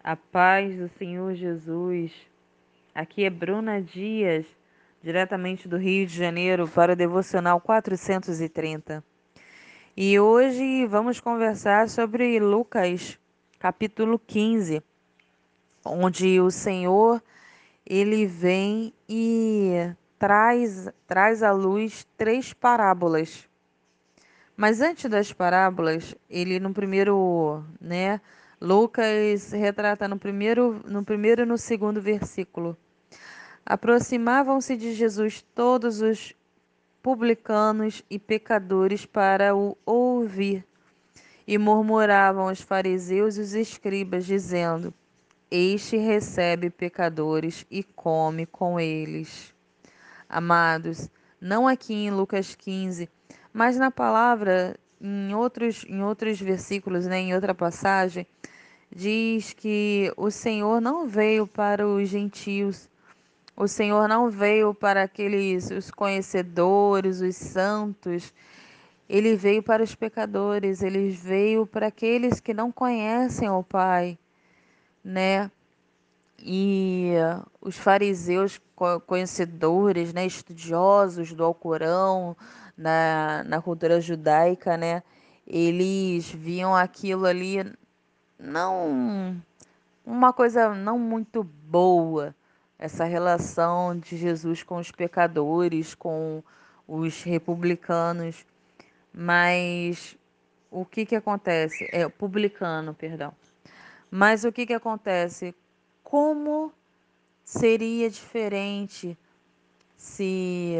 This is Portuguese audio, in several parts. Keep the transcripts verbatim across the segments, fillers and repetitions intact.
A paz do Senhor Jesus. Aqui é Bruna Dias, diretamente do Rio de Janeiro, para o Devocional quatrocentos e trinta. E hoje vamos conversar sobre Lucas, capítulo quinze, onde o Senhor ele vem e traz traz à luz três parábolas. Mas antes das parábolas, ele no primeiro, né, Lucas retrata no primeiro, no primeiro e no segundo versículo. Aproximavam-se de Jesus todos os publicanos e pecadores para o ouvir, e murmuravam os fariseus e os escribas, dizendo: Este recebe pecadores e come com eles. Amados, não aqui em Lucas quinze, mas na palavra, em outros, em outros versículos, né, em outra passagem, diz que o Senhor não veio para os gentios, o Senhor não veio para aqueles, os conhecedores, os santos, ele veio para os pecadores, ele veio para aqueles que não conhecem o Pai, né? E uh, os fariseus co- conhecedores, né, estudiosos do Alcorão, na, na cultura judaica, né, eles viam aquilo ali não uma coisa não muito boa, essa relação de Jesus com os pecadores, com os republicanos, mas o que que acontece? É, publicano, perdão. Mas o que que acontece? Como seria diferente se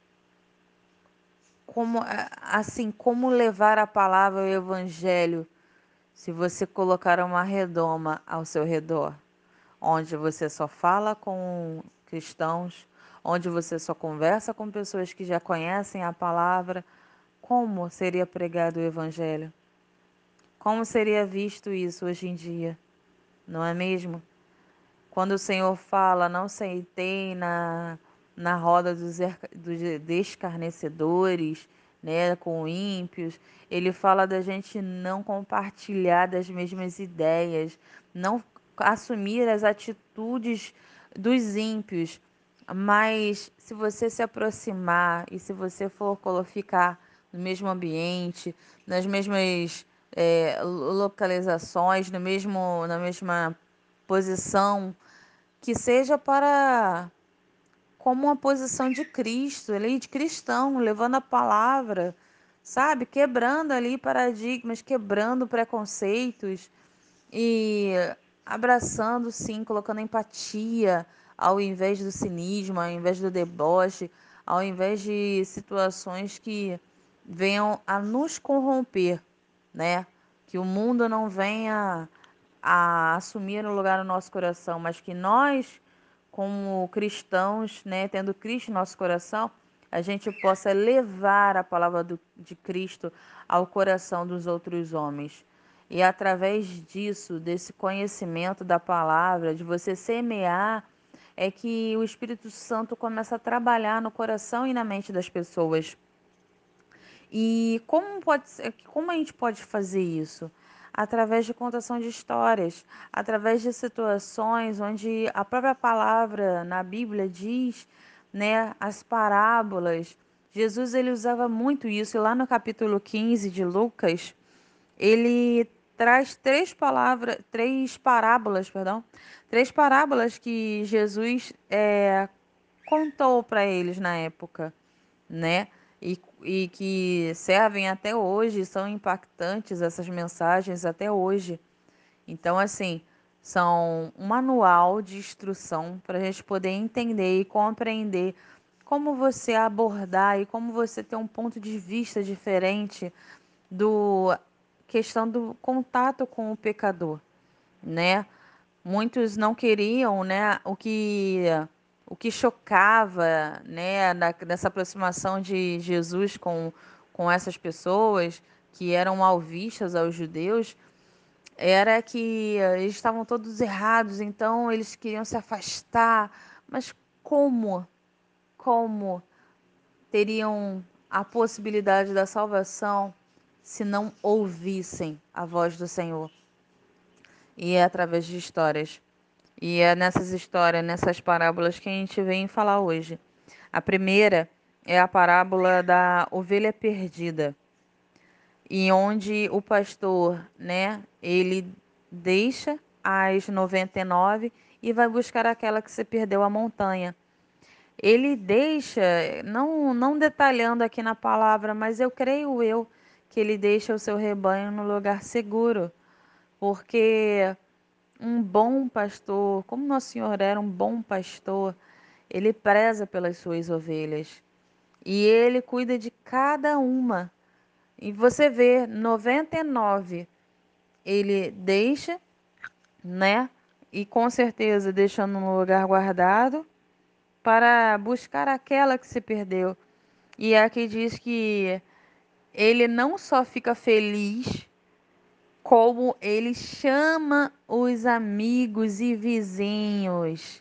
como assim, como levar a palavra o evangelho se você colocar uma redoma ao seu redor, onde você só fala com cristãos, onde você só conversa com pessoas que já conhecem a palavra, como seria pregado o evangelho? Como seria visto isso hoje em dia, não é mesmo? Quando o Senhor fala, não sentei na, na roda dos, erca- dos escarnecedores, né, com ímpios, ele fala da gente não compartilhar das mesmas ideias, não assumir as atitudes dos ímpios, mas se você se aproximar e se você for colo- ficar no mesmo ambiente, nas mesmas eh, lo- localizações, no mesmo, na mesma posição, que seja para como uma posição de Cristo, ali de cristão, levando a palavra, sabe? Quebrando ali paradigmas, quebrando preconceitos e abraçando, sim, colocando empatia ao invés do cinismo, ao invés do deboche, ao invés de situações que venham a nos corromper, né? Que o mundo não venha a assumir um lugar no nosso coração, mas que nós, como cristãos, né, tendo Cristo em nosso coração, a gente possa levar a palavra do, de Cristo ao coração dos outros homens. E através disso, desse conhecimento da palavra, de você semear, é que o Espírito Santo começa a trabalhar no coração e na mente das pessoas. E como pode ser, como a gente pode fazer isso? Através de contação de histórias, através de situações onde a própria palavra na Bíblia diz, né, as parábolas. Jesus ele usava muito isso, e lá no capítulo quinze de Lucas, ele traz três palavras, três parábolas, perdão, três parábolas que Jesus é, contou para eles na época, né? E, e que servem até hoje, são impactantes essas mensagens até hoje. Então, assim, são um manual de instrução para a gente poder entender e compreender como você abordar e como você ter um ponto de vista diferente do questão do contato com o pecador, né? Muitos não queriam, né, o que o que chocava, né, na, nessa aproximação de Jesus com, com essas pessoas que eram mal vistas aos judeus, era que eh, eles estavam todos errados, então eles queriam se afastar. Mas como, como teriam a possibilidade da salvação se não ouvissem a voz do Senhor? E é através de histórias. E é nessas histórias, nessas parábolas que a gente vem falar hoje. A primeira é a parábola da ovelha perdida, e onde o pastor, né, ele deixa as noventa e nove e vai buscar aquela que se perdeu a montanha. Ele deixa, não, não detalhando aqui na palavra, mas eu creio eu que ele deixa o seu rebanho no lugar seguro, porque um bom pastor, como Nosso Senhor era um bom pastor, ele preza pelas suas ovelhas e ele cuida de cada uma. E você vê, noventa e nove ele deixa, né? E com certeza deixando no lugar guardado para buscar aquela que se perdeu. E aqui diz que ele não só fica feliz, como ele chama os amigos e vizinhos.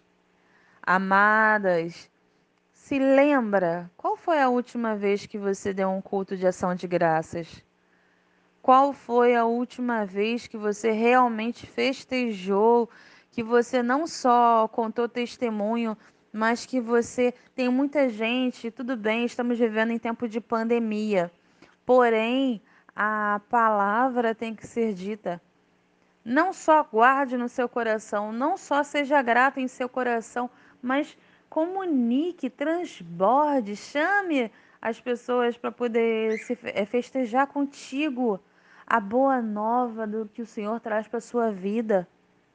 Amadas, se lembra, qual foi a última vez que você deu um culto de ação de graças? Qual foi a última vez que você realmente festejou, que você não só contou testemunho, mas que você tem muita gente, tudo bem, estamos vivendo em tempo de pandemia. Porém, a palavra tem que ser dita. Não só guarde no seu coração, não só seja grato em seu coração, mas comunique, transborde, chame as pessoas para poder se fe- eh, festejar contigo a boa nova do que o Senhor traz para a sua vida.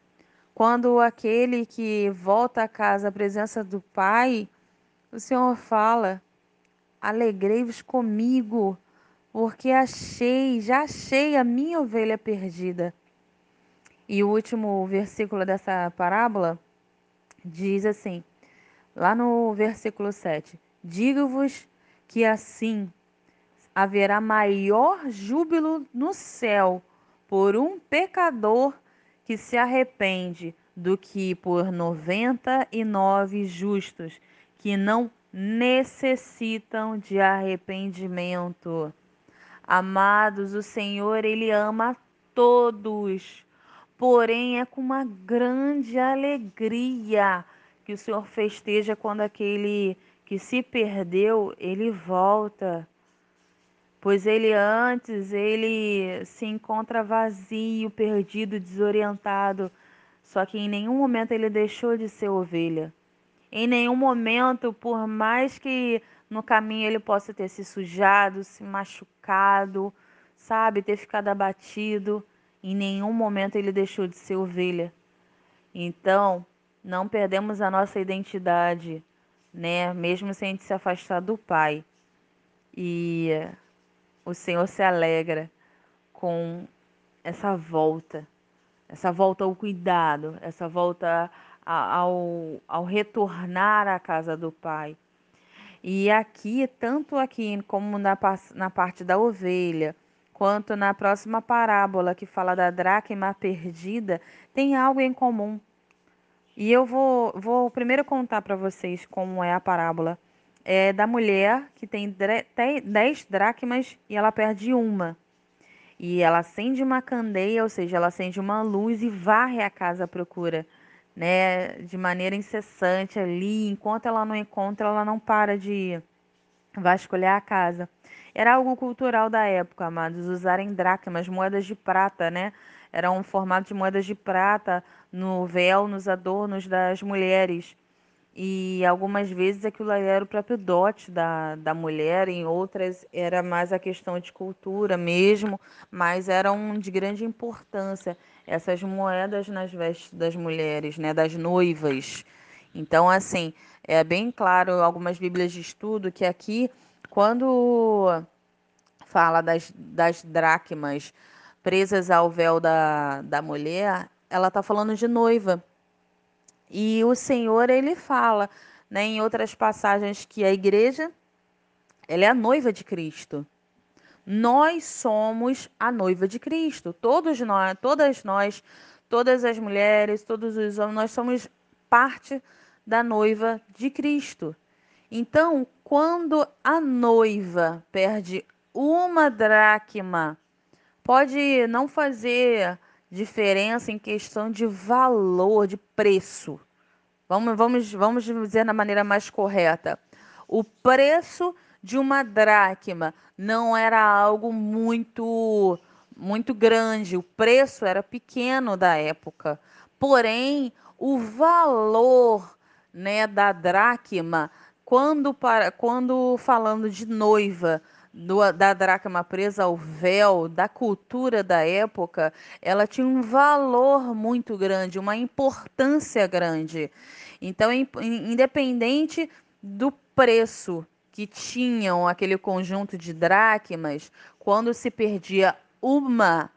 Quando aquele que volta a casa à presença do Pai, o Senhor fala: alegrei-vos comigo, porque achei, já achei a minha ovelha perdida. E o último versículo dessa parábola diz assim, lá no versículo sete: digo-vos que assim haverá maior júbilo no céu por um pecador que se arrepende do que por noventa e nove justos que não necessitam de arrependimento. Amados, o Senhor, Ele ama a todos, porém é com uma grande alegria que o Senhor festeja quando aquele que se perdeu, ele volta. Pois ele antes, ele se encontra vazio, perdido, desorientado, só que em nenhum momento ele deixou de ser ovelha. Em nenhum momento, por mais que no caminho ele possa ter se sujado, se machucado, sabe, ter ficado abatido, em nenhum momento ele deixou de ser ovelha. Então, não perdemos a nossa identidade, né? Mesmo sem a gente se afastar do Pai. E o Senhor se alegra com essa volta, essa volta ao cuidado, essa volta a- ao, ao retornar à casa do Pai. E aqui, tanto aqui como na, pas- na parte da ovelha, quanto na próxima parábola que fala da dracma perdida, tem algo em comum. E eu vou, vou primeiro contar para vocês como é a parábola. É da mulher que tem dre- te- dez dracmas e ela perde uma. E ela acende uma candeia, ou seja, ela acende uma luz e varre a casa à procura, né? De maneira incessante ali. Enquanto ela não encontra, ela não para de vasculhar a casa. Era algo cultural da época, amados, usarem dracmas, moedas de prata, né? Era um formato de moedas de prata no véu, nos adornos das mulheres. E algumas vezes aquilo ali era o próprio dote da, da mulher, em outras era mais a questão de cultura mesmo, mas eram de grande importância essas moedas nas vestes das mulheres, né, das noivas. Então, assim, é bem claro, algumas bíblias de estudo, que aqui, quando fala das, das dracmas presas ao véu da, da mulher, ela está falando de noiva. E o Senhor, ele fala, né, em outras passagens que a igreja, ela é a noiva de Cristo. Nós somos a noiva de Cristo. Todos nós, todas nós, todas as mulheres, todos os homens, nós somos parte da noiva de Cristo. Então, quando a noiva perde uma dracma, pode não fazer diferença em questão de valor, de preço. Vamos, vamos, vamos dizer da maneira mais correta. O preço de uma dracma não era algo muito, muito grande. O preço era pequeno da época. Porém, o valor, né, da dracma, quando, para, quando falando de noiva, do- da dracma presa ao véu, da cultura da época, ela tinha um valor muito grande, uma importância grande. Então, in- in- independente do preço que tinham aquele conjunto de dracmas, quando se perdia uma,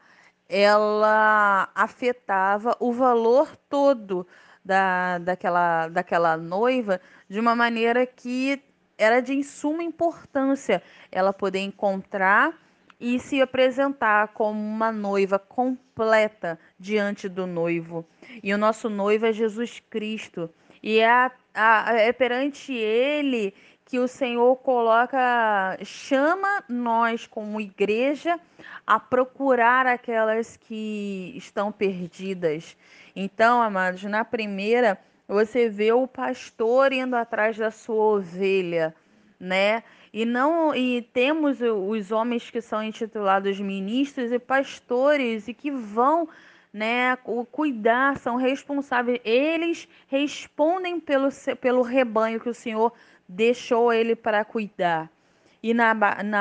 ela afetava o valor todo da, daquela, daquela noiva de uma maneira que era de suma importância ela poder encontrar e se apresentar como uma noiva completa diante do noivo. E o nosso noivo é Jesus Cristo. E é, a, a, é perante ele que o Senhor coloca, chama nós como igreja a procurar aquelas que estão perdidas. Então, amados, na primeira, você vê o pastor indo atrás da sua ovelha, né? E não e temos os homens que são intitulados ministros e pastores e que vão, né, cuidar, são responsáveis. Eles respondem pelo, pelo rebanho que o Senhor deixou ele para cuidar. E na,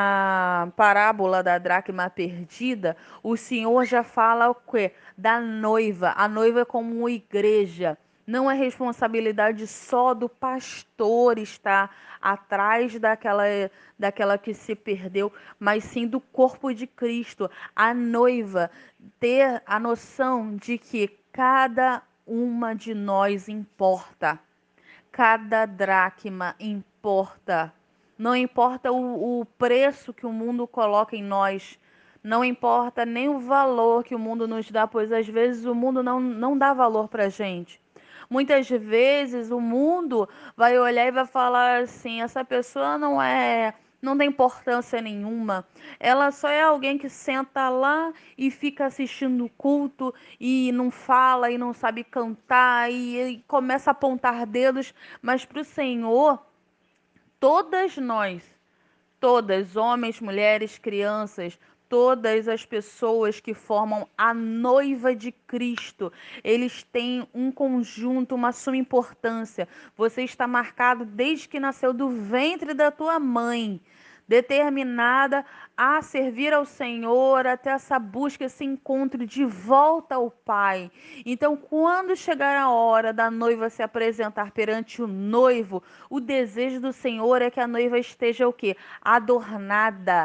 na parábola da dracma perdida, o Senhor já fala o quê? Da noiva. A noiva é como uma igreja. Não é responsabilidade só do pastor estar atrás daquela, daquela que se perdeu, mas sim do corpo de Cristo. A noiva ter a noção de que cada uma de nós importa. Cada dracma importa. Não importa o, o preço que o mundo coloca em nós. Não importa nem o valor que o mundo nos dá, pois às vezes o mundo não, não dá valor pra gente. Muitas vezes o mundo vai olhar e vai falar assim: essa pessoa não é, não tem importância nenhuma. Ela só é alguém que senta lá e fica assistindo o culto e não fala e não sabe cantar e, e começa a apontar dedos, mas para o Senhor, todas nós, todas, homens, mulheres, crianças, todas as pessoas que formam a noiva de Cristo, eles têm um conjunto, uma suma importância. Você está marcado desde que nasceu do ventre da tua mãe, determinada a servir ao Senhor até essa busca, esse encontro de volta ao Pai. Então, quando chegar a hora da noiva se apresentar perante o noivo, o desejo do Senhor é que a noiva esteja o quê? Adornada,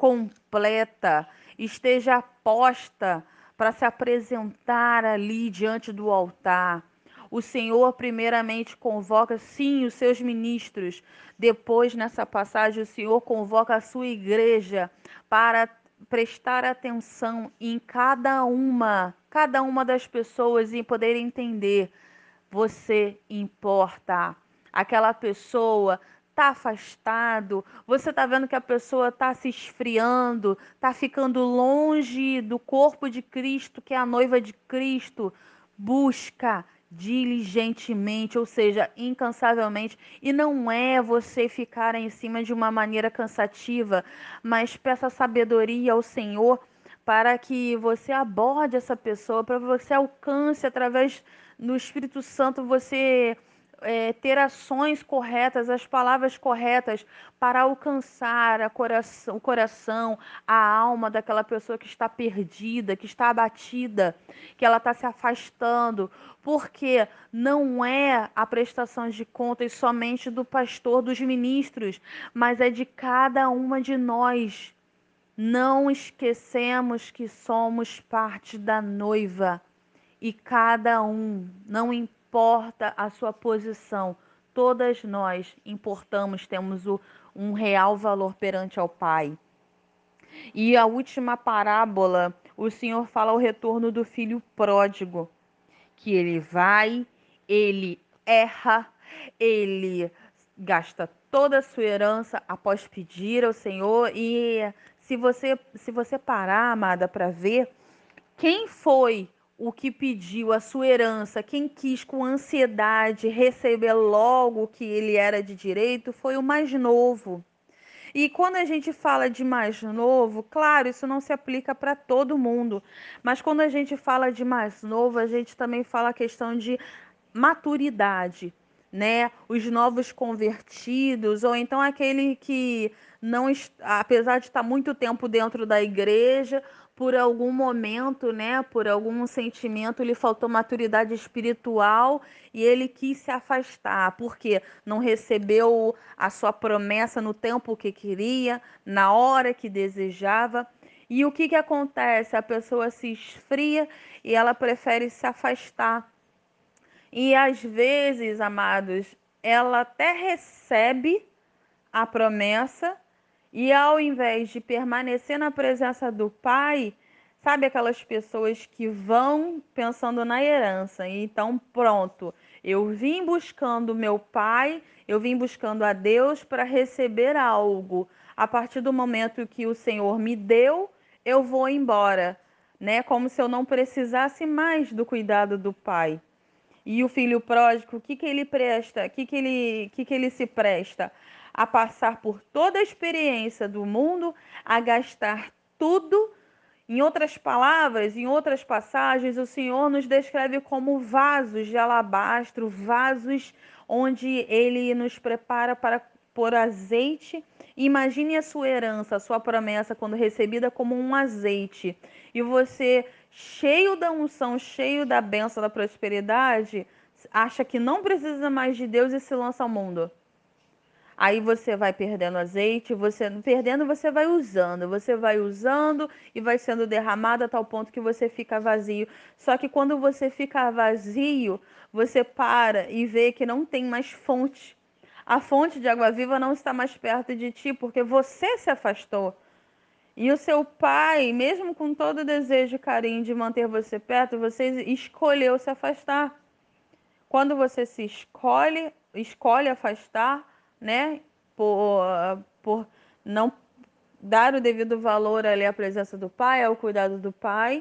completa, esteja posta para se apresentar ali diante do altar. O Senhor primeiramente convoca, sim, os seus ministros. Depois, nessa passagem, o Senhor convoca a sua igreja para prestar atenção em cada uma, cada uma das pessoas e poder entender: você importa. Aquela pessoa tá afastado, você tá vendo que a pessoa tá se esfriando, tá ficando longe do corpo de Cristo, que é a noiva de Cristo. Busca diligentemente, ou seja, incansavelmente, e não é você ficar em cima de uma maneira cansativa, mas peça sabedoria ao Senhor para que você aborde essa pessoa, para que você alcance através do Espírito Santo, você é, ter ações corretas, as palavras corretas para alcançar a coração, o coração, a alma daquela pessoa que está perdida, que está abatida, que ela está se afastando, porque não é a prestação de contas somente do pastor, dos ministros, mas é de cada uma de nós. Não esquecemos que somos parte da noiva e cada um, não importa a sua posição, todas nós importamos, temos o, um real valor perante ao Pai. E a última parábola, o Senhor fala o retorno do filho pródigo, que ele vai, ele erra, ele gasta toda a sua herança após pedir ao Senhor. E se você se você parar, amada, para ver quem foi o que pediu a sua herança, quem quis com ansiedade receber logo o que ele era de direito, foi o mais novo. E quando a gente fala de mais novo, claro, isso não se aplica para todo mundo, mas quando a gente fala de mais novo, a gente também fala a questão de maturidade, né? Os novos convertidos, ou então aquele que não, apesar de estar muito tempo dentro da igreja, por algum momento, né, por algum sentimento, lhe faltou maturidade espiritual e ele quis se afastar, porque não recebeu a sua promessa no tempo que queria, na hora que desejava. E o que que acontece? A pessoa se esfria e ela prefere se afastar. E às vezes, amados, ela até recebe a promessa e ao invés de permanecer na presença do Pai, sabe aquelas pessoas que vão pensando na herança? Então, pronto, eu vim buscando meu Pai, eu vim buscando a Deus para receber algo. A partir do momento que o Senhor me deu, eu vou embora, né? Como se eu não precisasse mais do cuidado do Pai. E o filho pródigo, o que, que ele presta? O que, que, ele, que, que ele se presta? A passar por toda a experiência do mundo, a gastar tudo. Em outras palavras, em outras passagens, o Senhor nos descreve como vasos de alabastro, vasos onde Ele nos prepara para pôr azeite. Imagine a sua herança, a sua promessa, quando recebida, como um azeite. E você, cheio da unção, cheio da bênção, da prosperidade, acha que não precisa mais de Deus e se lança ao mundo. Aí você vai perdendo azeite, você perdendo, você vai usando, você vai usando e vai sendo derramado a tal ponto que você fica vazio. Só que quando você fica vazio, você para e vê que não tem mais fonte. A fonte de água viva não está mais perto de ti, porque você se afastou. E o seu pai, mesmo com todo o desejo e carinho de manter você perto, você escolheu se afastar. Quando você se escolhe, escolhe afastar, né, por, por não dar o devido valor ali à presença do pai, ao cuidado do pai,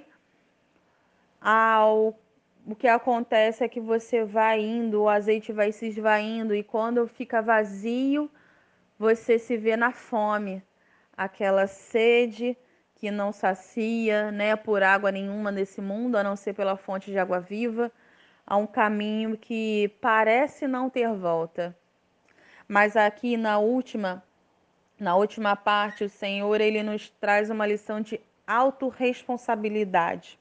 ao o que acontece é que você vai indo, o azeite vai se esvaindo e quando fica vazio, você se vê na fome, aquela sede que não sacia, né, por água nenhuma nesse mundo, a não ser pela fonte de água viva, a um caminho que parece não ter volta. Mas aqui na última, na última parte, o Senhor ele nos traz uma lição de autorresponsabilidade.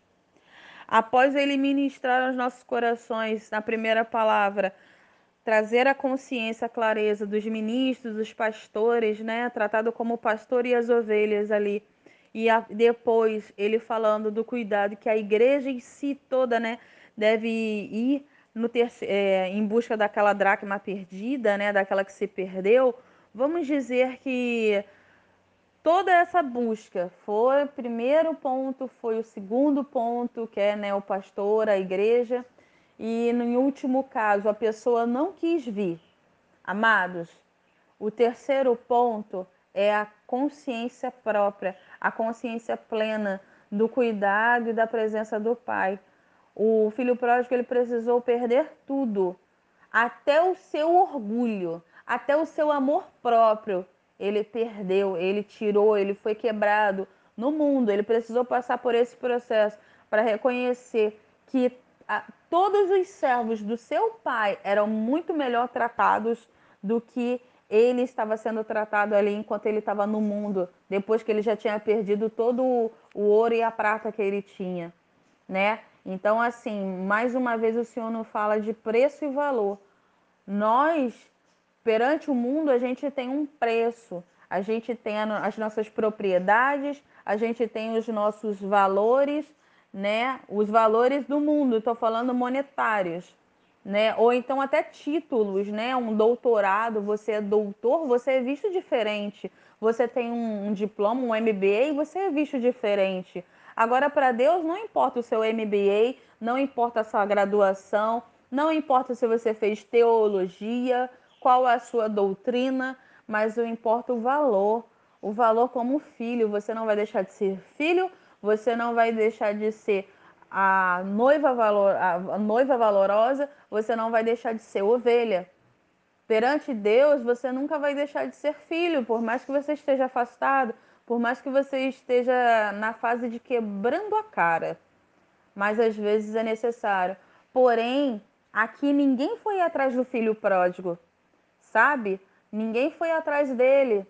Após ele ministrar aos nossos corações, na primeira palavra, trazer a consciência, a clareza dos ministros, dos pastores, né, tratado como o pastor e as ovelhas ali. E a, depois ele falando do cuidado que a igreja em si toda, né, deve ir no terceiro, é, em busca daquela dracma perdida, né, daquela que se perdeu. Vamos dizer que toda essa busca foi o primeiro ponto, foi o segundo ponto, que é, né, o pastor, a igreja, e no último caso a pessoa não quis vir. Amados, o terceiro ponto é a consciência própria, a consciência plena do cuidado e da presença do Pai. O filho pródigo ele precisou perder tudo, até o seu orgulho, até o seu amor próprio. Ele perdeu, ele tirou, ele foi quebrado no mundo. Ele precisou passar por esse processo para reconhecer que a, todos os servos do seu pai eram muito melhor tratados do que ele estava sendo tratado ali enquanto ele estava no mundo, depois que ele já tinha perdido todo o, o ouro e a prata que ele tinha, né? Então, assim, mais uma vez o Senhor não fala de preço e valor. Nós, perante o mundo, a gente tem um preço. A gente tem as nossas propriedades, a gente tem os nossos valores, né? Os valores do mundo, estou falando monetários, né? Ou então até títulos, né? Um doutorado, você é doutor, você é visto diferente. Você tem um, um diploma, um M B A, você é visto diferente. Agora, para Deus, não importa o seu M B A, não importa a sua graduação, não importa se você fez teologia, qual a sua doutrina, mas não importa o valor. O valor como filho. Você não vai deixar de ser filho, você não vai deixar de ser a noiva, valor, a noiva valorosa, você não vai deixar de ser ovelha. Perante Deus, você nunca vai deixar de ser filho, por mais que você esteja afastado, por mais que você esteja na fase de quebrando a cara. Mas às vezes é necessário. Porém, aqui ninguém foi atrás do filho pródigo, sabe? Ninguém foi atrás dele.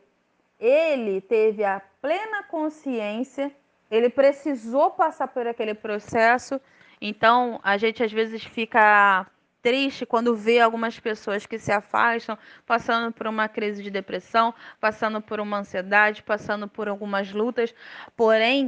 Ele teve a plena consciência, ele precisou passar por aquele processo. Então, a gente às vezes fica triste quando vê algumas pessoas que se afastam, passando por uma crise de depressão, passando por uma ansiedade, passando por algumas lutas. Porém,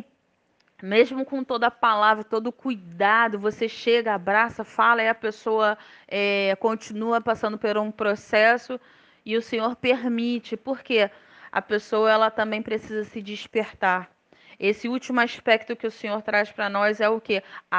mesmo com toda a palavra, todo o cuidado, você chega, abraça, fala e a pessoa é, continua passando por um processo e o Senhor permite. Por quê? A pessoa ela também precisa se despertar. Esse último aspecto que o Senhor traz para nós é o quê? A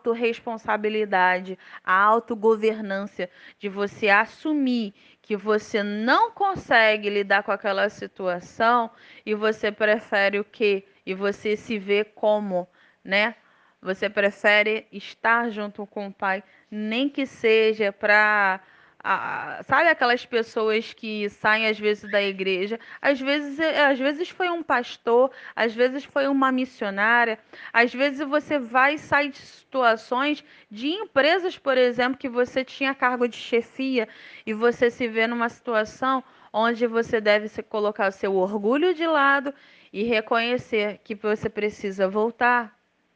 autorresponsabilidade, a autogovernância, de você assumir que você não consegue lidar com aquela situação e você prefere o quê? E você se vê como, né? Você prefere estar junto com o Pai, nem que seja para ah, sabe aquelas pessoas que saem às vezes da igreja? Às vezes, às vezes foi um pastor, às vezes foi uma missionária, às vezes você vai e sai de situações de empresas, por exemplo, que você tinha cargo de chefia e você se vê numa situação onde você deve se colocar o seu orgulho de lado e reconhecer que você precisa voltar.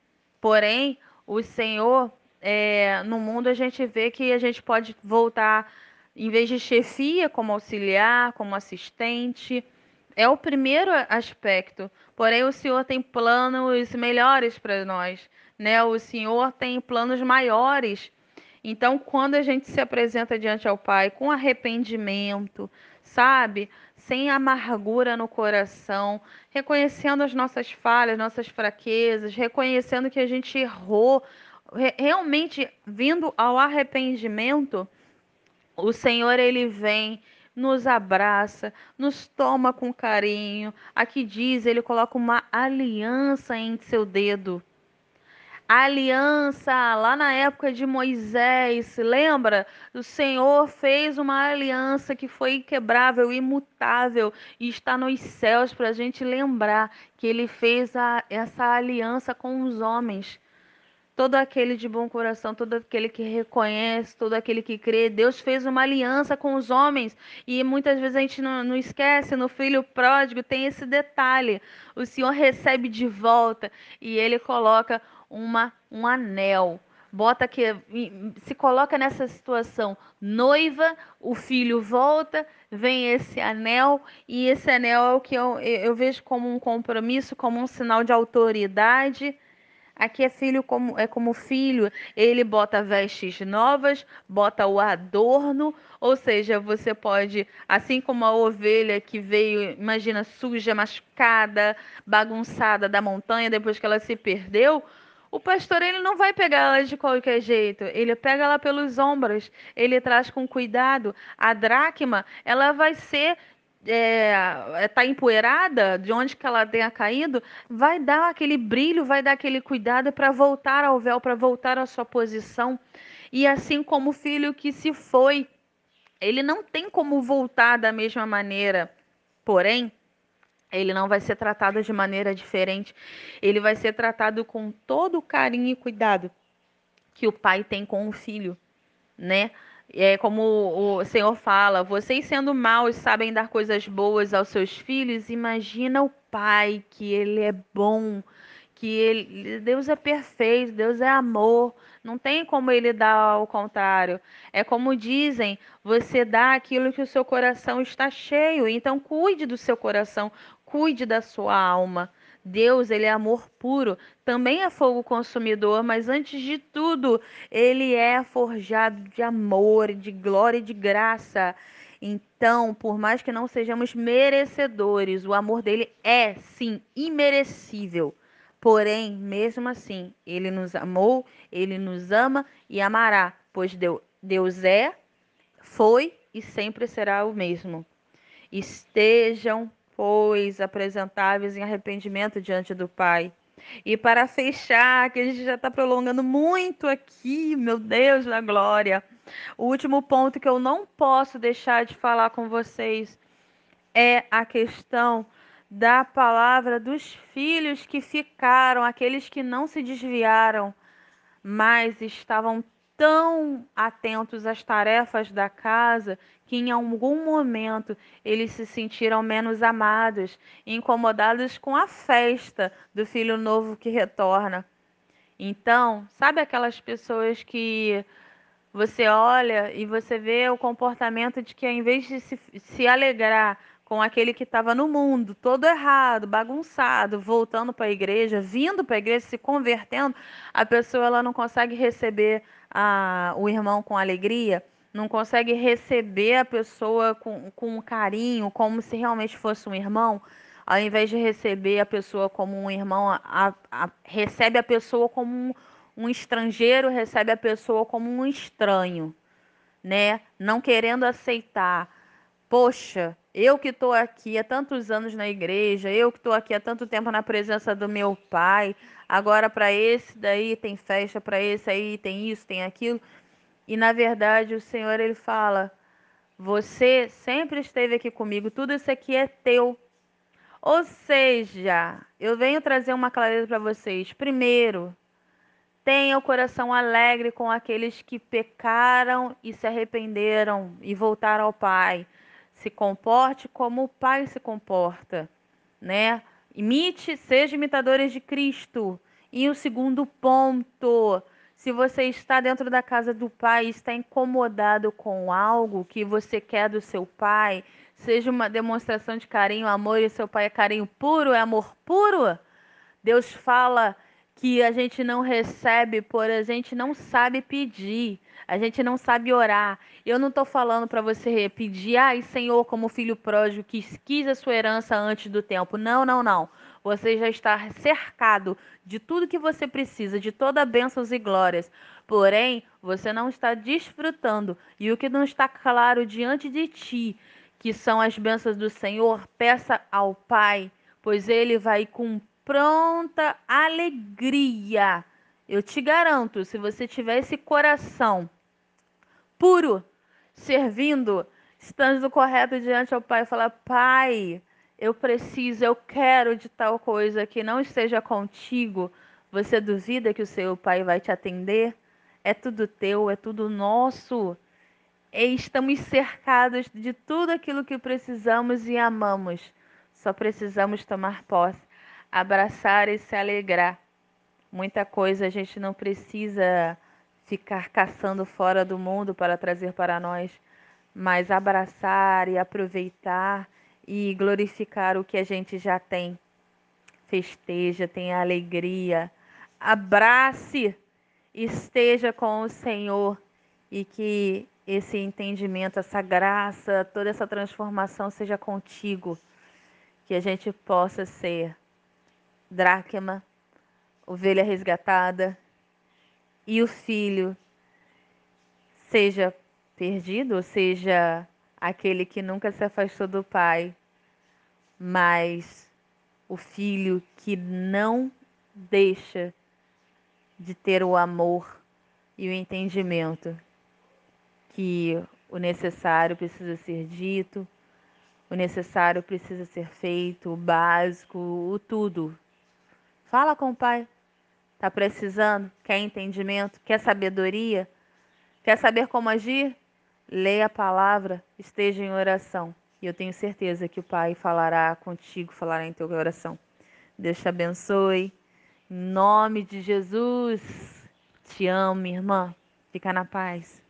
Porém, o Senhor, é, no mundo a gente vê que a gente pode voltar, em vez de chefia, como auxiliar, como assistente. É o primeiro aspecto. Porém, o Senhor tem planos melhores para nós, né? O Senhor tem planos maiores. Então, quando a gente se apresenta diante ao Pai com arrependimento, sabe? Sem amargura no coração, reconhecendo as nossas falhas, nossas fraquezas, reconhecendo que a gente errou, re realmente vindo ao arrependimento, o Senhor ele vem, nos abraça, nos toma com carinho. Aqui diz, ele coloca uma aliança em seu dedo. A aliança lá na época de Moisés, lembra? O Senhor fez uma aliança que foi inquebrável, imutável e está nos céus para a gente lembrar que ele fez a, essa aliança com os homens. Todo aquele de bom coração, todo aquele que reconhece, todo aquele que crê, Deus fez uma aliança com os homens e muitas vezes a gente não, não esquece. No filho pródigo tem esse detalhe: o Senhor recebe de volta e ele coloca uma, um anel. Bota que se coloca nessa situação, noiva, o filho volta, vem esse anel, e esse anel é o que eu, eu vejo como um compromisso, como um sinal de autoridade. Aqui é filho como é como filho, ele bota vestes novas, bota o adorno, ou seja, você pode, assim como a ovelha que veio, imagina, suja, machucada, bagunçada da montanha depois que ela se perdeu, o pastor ele não vai pegar ela de qualquer jeito, ele pega ela pelos ombros, ele traz com cuidado. A dracma, ela vai ser é, tá empoeirada, de onde que ela tenha caído, vai dar aquele brilho, vai dar aquele cuidado para voltar ao véu, para voltar à sua posição. E assim como o filho que se foi, ele não tem como voltar da mesma maneira. Porém, ele não vai ser tratado de maneira diferente. Ele vai ser tratado com todo o carinho e cuidado que o pai tem com o filho, né? É como o Senhor fala, vocês sendo maus sabem dar coisas boas aos seus filhos, imagina o pai, que ele é bom, que ele, Deus é perfeito, Deus é amor, não tem como ele dar ao contrário. É como dizem, você dá aquilo que o seu coração está cheio, então cuide do seu coração, cuide da sua alma. Deus, ele é amor puro, também é fogo consumidor, mas antes de tudo, ele é forjado de amor, de glória e de graça. Então, por mais que não sejamos merecedores, o amor dele é, sim, imerecível. Porém, mesmo assim, ele nos amou, ele nos ama e amará, pois Deus é, foi e sempre será o mesmo. Estejam, pois, apresentáveis em arrependimento diante do Pai. E para fechar, que a gente já está prolongando muito aqui, meu Deus da glória. O último ponto que eu não posso deixar de falar com vocês é a questão da palavra dos filhos que ficaram, aqueles que não se desviaram, mas estavam tão atentos às tarefas da casa que em algum momento eles se sentiram menos amados, incomodados com a festa do filho novo que retorna. Então, sabe aquelas pessoas que você olha e você vê o comportamento de que, ao invés de se, se alegrar com aquele que estava no mundo, todo errado, bagunçado, voltando para a igreja, vindo para a igreja, se convertendo, a pessoa ela não consegue receber a, o irmão com alegria, não consegue receber a pessoa com, com carinho, como se realmente fosse um irmão. Ao invés de receber a pessoa como um irmão, a, a, recebe a pessoa como um um estrangeiro, recebe a pessoa como um estranho, né? Não querendo aceitar. Poxa, eu que estou aqui há tantos anos na igreja, eu que estou aqui há tanto tempo na presença do meu pai, agora para esse daí tem festa, para esse aí tem isso, tem aquilo. E na verdade o Senhor ele fala: você sempre esteve aqui comigo, tudo isso aqui é teu. Ou seja, eu venho trazer uma clareza para vocês. Primeiro, tenha o coração alegre com aqueles que pecaram e se arrependeram e voltaram ao Pai. Se comporte como o Pai se comporta, né? Imite, seja imitadores de Cristo. E o segundo ponto, se você está dentro da casa do Pai e está incomodado com algo que você quer do seu Pai, seja uma demonstração de carinho, amor, e seu Pai é carinho puro, é amor puro, Deus fala que a gente não recebe por a gente não sabe pedir, a gente não sabe orar. Eu não estou falando para você pedir, ai Senhor, como filho pródigo que quis a sua herança antes do tempo. Não, não, não. Você já está cercado de tudo que você precisa, de toda bênçãos e glórias. Porém, você não está desfrutando. E o que não está claro diante de ti, que são as bênçãos do Senhor, peça ao Pai, pois Ele vai cumprir pronta alegria. Eu te garanto, se você tiver esse coração puro, servindo, estando correto diante ao Pai, falar: Pai, eu preciso, eu quero de tal coisa que não esteja contigo. Você duvida que o seu Pai vai te atender? É tudo teu, é tudo nosso. E estamos cercados de tudo aquilo que precisamos e amamos. Só precisamos tomar posse, abraçar e se alegrar. Muita coisa a gente não precisa ficar caçando fora do mundo para trazer para nós, mas abraçar e aproveitar e glorificar o que a gente já tem. Festeja, tenha alegria, abrace, esteja com o Senhor e que esse entendimento, essa graça, toda essa transformação seja contigo, que a gente possa ser dracma, ovelha resgatada e o filho seja perdido, ou seja, aquele que nunca se afastou do pai, mas o filho que não deixa de ter o amor e o entendimento que o necessário precisa ser dito, o necessário precisa ser feito, o básico, o tudo. Fala com o pai. Tá precisando? Quer entendimento? Quer sabedoria? Quer saber como agir? Leia a palavra, esteja em oração. E eu tenho certeza que o Pai falará contigo, falará em teu coração. Deus te abençoe. Em nome de Jesus. Te amo, minha irmã. Fica na paz.